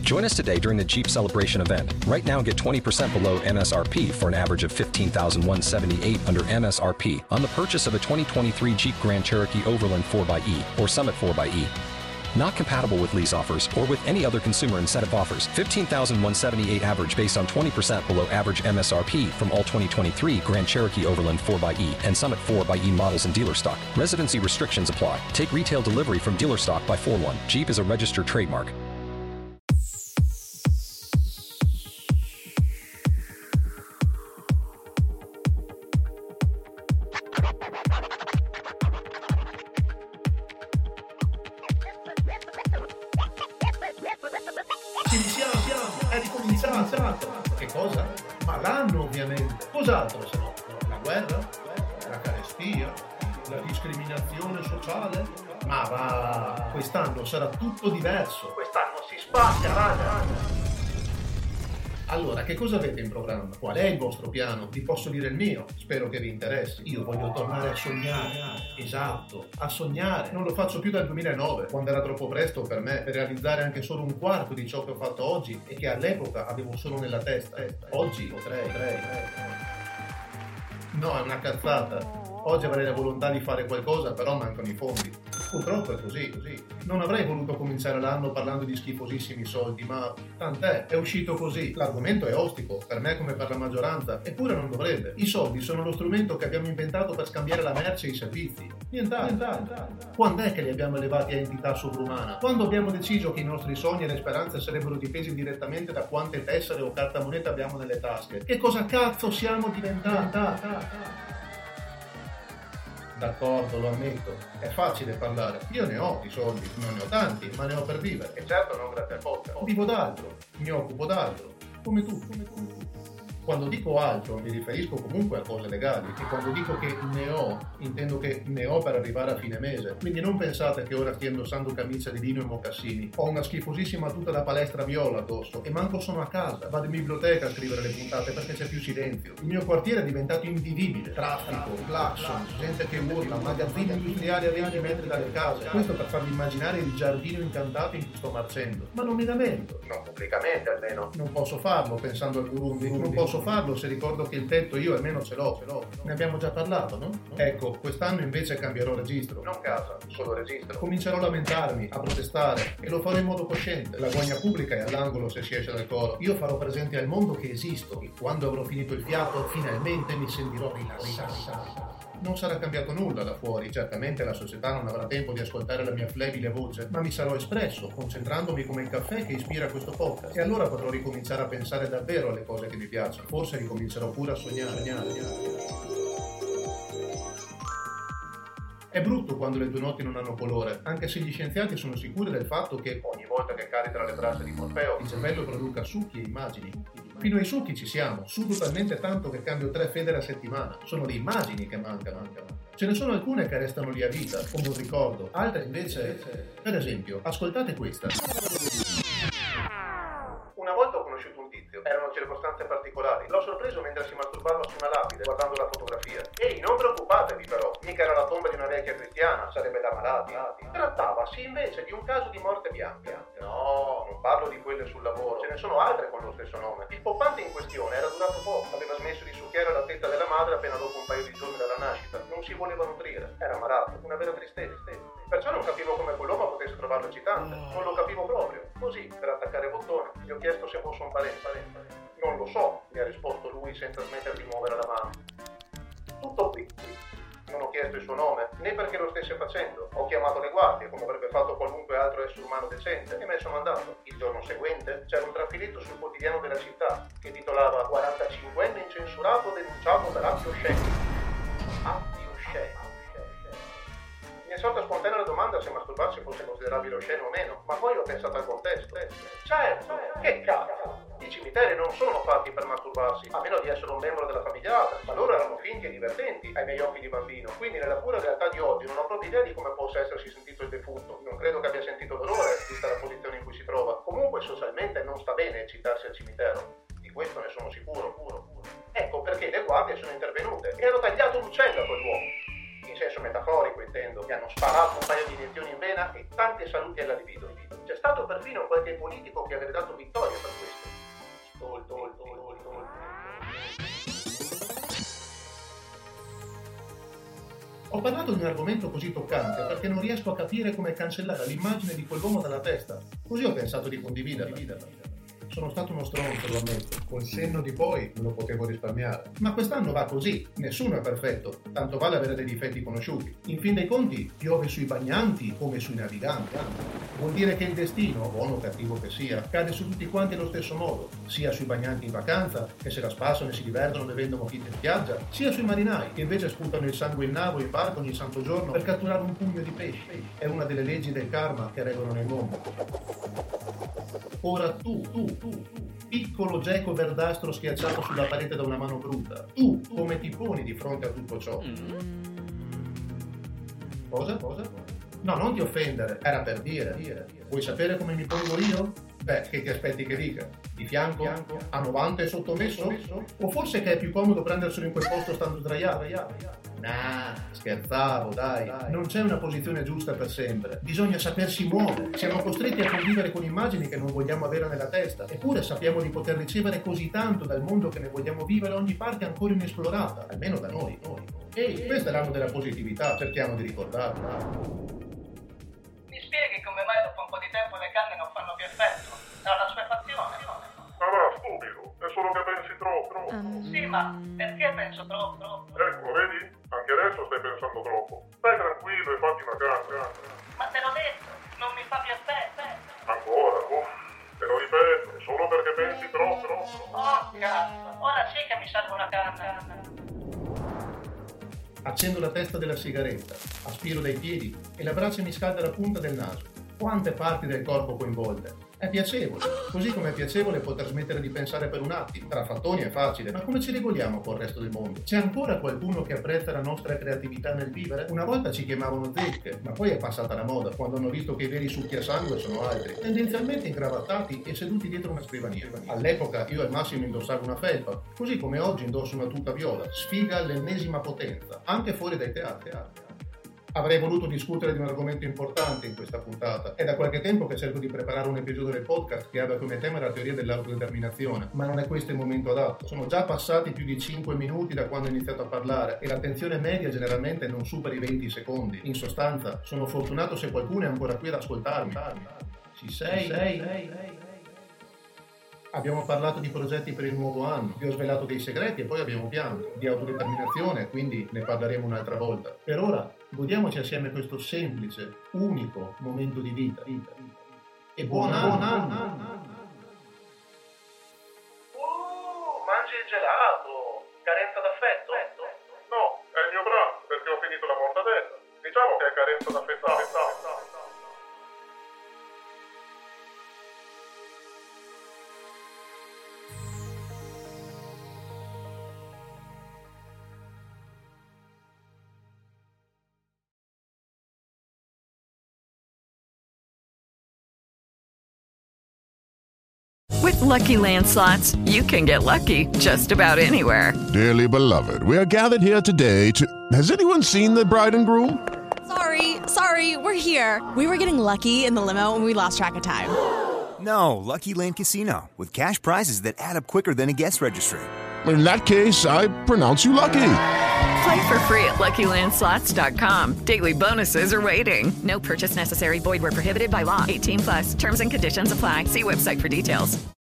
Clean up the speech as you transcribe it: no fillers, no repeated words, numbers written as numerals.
Join us today during the Jeep Celebration event. Right now, get 20% below MSRP for an average of $15,178 under MSRP on the purchase of a 2023 Jeep Grand Cherokee Overland 4xE or Summit 4xE. Not compatible with lease offers or with any other consumer incentive offers. $15,178 average based on 20% below average MSRP from all 2023 Grand Cherokee Overland 4xE and Summit 4xE models in dealer stock. Residency restrictions apply. Take retail delivery from dealer stock by 4/1. Jeep is a registered trademark. È ricominciato. Che cosa? Ma l'anno ovviamente. Cos'altro se no? La guerra? La carestia? La discriminazione sociale? Ma va, quest'anno sarà tutto diverso. Quest'anno si spacca, raga. Allora, che cosa avete in programma? Qual è il vostro piano? Vi posso dire il mio? Spero che vi interessi. Io voglio tornare a sognare. Esatto, a sognare. Non lo faccio più dal 2009, quando era troppo presto per me per realizzare anche solo un quarto di ciò che ho fatto oggi e che all'epoca avevo solo nella testa. Oggi potrei. No, è una cazzata. Oggi avrei la volontà di fare qualcosa, però mancano i fondi. Purtroppo è così. Non avrei voluto cominciare l'anno parlando di schifosissimi soldi, ma tant'è, è uscito così. L'argomento è ostico, per me come per la maggioranza, eppure non dovrebbe. I soldi sono lo strumento che abbiamo inventato per scambiare la merce e i servizi. Nient'altro. Quando è che li abbiamo elevati a entità sovrumana? Quando abbiamo deciso che i nostri sogni e le speranze sarebbero dipesi direttamente da quante tessere o cartamoneta abbiamo nelle tasche? Che cosa cazzo siamo diventati? D'accordo, lo ammetto, è facile parlare. Io ne ho di soldi, non ne ho tanti, ma ne ho per vivere. E certo non grazie al podcast. Vivo d'altro, mi occupo d'altro, come tu. Quando dico altro mi riferisco comunque a cose legali e quando dico che ne ho, intendo che ne ho per arrivare a fine mese. Quindi non pensate che ora stia indossando camicia di lino e mocassini. Ho una schifosissima tuta da palestra viola addosso e manco sono a casa. Vado in biblioteca a scrivere le puntate perché c'è più silenzio. Il mio quartiere è diventato invivibile. Traffico, clacson, gente che urla, magazzini industriali a 20 metri dalle case. Questo per farvi immaginare il giardino incantato in cui sto marcendo. Ma non mi lamento. Non pubblicamente almeno. Non posso farlo pensando al Burundi. Non posso farlo se ricordo che il tetto io almeno ce l'ho. Ne abbiamo già parlato, no? Ecco, quest'anno invece cambierò registro. Non casa, solo registro. Comincerò a lamentarmi, a protestare e lo farò in modo cosciente. La guagna pubblica è all'angolo se si esce dal coro. Io farò presente al mondo che esisto e quando avrò finito il fiato finalmente mi sentirò rilassato. Non sarà cambiato nulla da fuori, certamente la società non avrà tempo di ascoltare la mia flebile voce, ma mi sarò espresso, concentrandomi come il caffè che ispira questo podcast. E allora potrò ricominciare a pensare davvero alle cose che mi piacciono. Forse ricomincerò pure a sognare. È brutto quando le tue notti non hanno colore, anche se gli scienziati sono sicuri del fatto che ogni volta che cadi tra le braccia di Morfeo, il cervello produca succhi e immagini. Fino ai succhi ci siamo, sudo talmente tanto che cambio 3 federe a settimana. Sono le immagini che mancano. Ce ne sono alcune che restano lì a vita, come un ricordo, altre invece... Per esempio, ascoltate questa. Una volta ho conosciuto un tizio, erano circostanze particolari. L'ho sorpreso mentre si masturbava su una lapide, guardando la fotografia. Ehi, non preoccupatevi però, mica era la tomba di una vecchia cristiana, sarebbe da malati. Trattavasi invece di un caso di morte bianca. No, non parlo di quelle sul lavoro, ce ne sono altre con lo stesso nome. Il poppante in questione era durato poco, aveva smesso di succhiare la tetta della madre appena dopo un paio di giorni dalla nascita. Non si voleva nutrire, era malato, una vera tristezza. Perciò non capivo come quell'uomo potesse trovarlo eccitante, non lo capivo proprio. Così, per attaccare bottone, gli ho chiesto se fosse un parente. Non lo so, mi ha risposto lui senza smettere di muovere la mano. Tutto qui. Non ho chiesto il suo nome, né perché lo stesse facendo. Ho chiamato le guardie, come avrebbe fatto qualunque altro essere umano decente, e me ne sono andato. Il giorno seguente c'era un traffiletto sul quotidiano della città che titolava 45enne incensurato denunciato per atti osceni. Atti osceni. Mi è sorta spontanea la domanda se masturbarsi fosse considerabile osceno o meno, ma poi ho pensato al contesto. Certo, che cazzo! I cimiteri non sono fatti per masturbarsi, a meno di essere un membro della famiglia, ma loro erano finti e divertenti ai miei occhi di bambino. Quindi nella pura realtà di oggi non ho proprio idea di come possa essersi sentito il defunto. Non credo che abbia sentito dolore, vista la posizione in cui si trova. Comunque socialmente non sta bene eccitarsi al cimitero. Di questo ne sono sicuro. Ecco perché le guardie sono intervenute e hanno tagliato l'uccello a quell'uomo. In senso metaforico intendo, gli hanno sparato un paio di iniezioni in vena e tanti saluti alla libido. C'è stato perfino qualche politico che ha dato vittoria per questo. Ho parlato di un argomento così toccante perché non riesco a capire come cancellare l'immagine di quell'uomo dalla testa. Così ho pensato di condividerla. Sono stato uno stronzo, lo ammetto. Col senno di poi non lo potevo risparmiare. Ma quest'anno va così. Nessuno è perfetto. Tanto vale avere dei difetti conosciuti. In fin dei conti, piove sui bagnanti come sui naviganti. Vuol dire che il destino, buono o cattivo che sia, cade su tutti quanti allo stesso modo. Sia sui bagnanti in vacanza, che se la spassano e si divertono bevendo mochite in spiaggia, sia sui marinai, che invece sputano il sangue in navo in barco ogni santo giorno per catturare un pugno di pesci. È una delle leggi del karma che regolano il mondo. Ora tu, piccolo geco verdastro schiacciato sulla parete da una mano brutta, tu come ti poni di fronte a tutto ciò? Cosa? No, non ti offendere, era per dire. Vuoi sapere come mi pongo io? Beh, che ti aspetti che dica? Di fianco? A 90 e sottomesso? O forse che è più comodo prenderselo in quel posto stando sdraiato? Nah, scherzavo, dai. Non c'è una posizione giusta per sempre. Bisogna sapersi muovere. Siamo costretti a convivere con immagini che non vogliamo avere nella testa. Eppure sappiamo di poter ricevere così tanto dal mondo che ne vogliamo vivere ogni parte ancora inesplorata, almeno da noi. Ehi, questo è l'anno della positività, cerchiamo di ricordarla. Mi spieghi come mai dopo un po' di tempo le canne non fanno più effetto? È una assuefazione? Sarà stupido, è solo che pensi troppo. Sì, ma perché penso troppo? Ecco, vedi? Anche adesso stai pensando troppo. Stai tranquillo e fatti una canna. Ma te l'ho detto, non mi fa più effetto. Ancora, te lo ripeto, solo perché pensi troppo. Oh, cazzo, ora sì che mi serve una canna. Accendo la testa della sigaretta, aspiro dai piedi e la braccia mi scalda la punta del naso. Quante parti del corpo coinvolte. È piacevole, così come è piacevole poter smettere di pensare per un attimo. Tra fattoni è facile, ma come ci regoliamo col resto del mondo? C'è ancora qualcuno che apprezza la nostra creatività nel vivere? Una volta ci chiamavano zecche, ma poi è passata la moda quando hanno visto che i veri succhiasangue sono altri, tendenzialmente incravattati e seduti dietro una scrivania. All'epoca io al massimo indossavo una felpa, così come oggi indosso una tuta viola, sfiga all'ennesima potenza, anche fuori dai teatri. Avrei voluto discutere di un argomento importante in questa puntata. È da qualche tempo che cerco di preparare un episodio del podcast che abbia come tema la teoria dell'autodeterminazione, ma non è questo il momento adatto. Sono già passati più di 5 minuti da quando ho iniziato a parlare e l'attenzione media generalmente non supera i 20 secondi. In sostanza, sono fortunato se qualcuno è ancora qui ad ascoltarmi. Ci sei? Abbiamo parlato di progetti per il nuovo anno, vi ho svelato dei segreti e poi abbiamo piani di autodeterminazione, quindi ne parleremo un'altra volta. Per ora, godiamoci assieme questo semplice, unico momento di vita. E buon anno! Mangi il gelato! Carenza d'affetto? No, è il mio brand, perché ho finito la mortadella. Diciamo che è carenza d'affetto. With Lucky Land Slots, you can get lucky just about anywhere. Dearly beloved, we are gathered here today to... Has anyone seen the bride and groom? Sorry, we're here. We were getting lucky in the limo and we lost track of time. No, Lucky Land Casino, with cash prizes that add up quicker than a guest registry. In that case, I pronounce you lucky. Play for free at LuckyLandSlots.com. Daily bonuses are waiting. No purchase necessary. Void where prohibited by law. 18+. Terms and conditions apply. See website for details.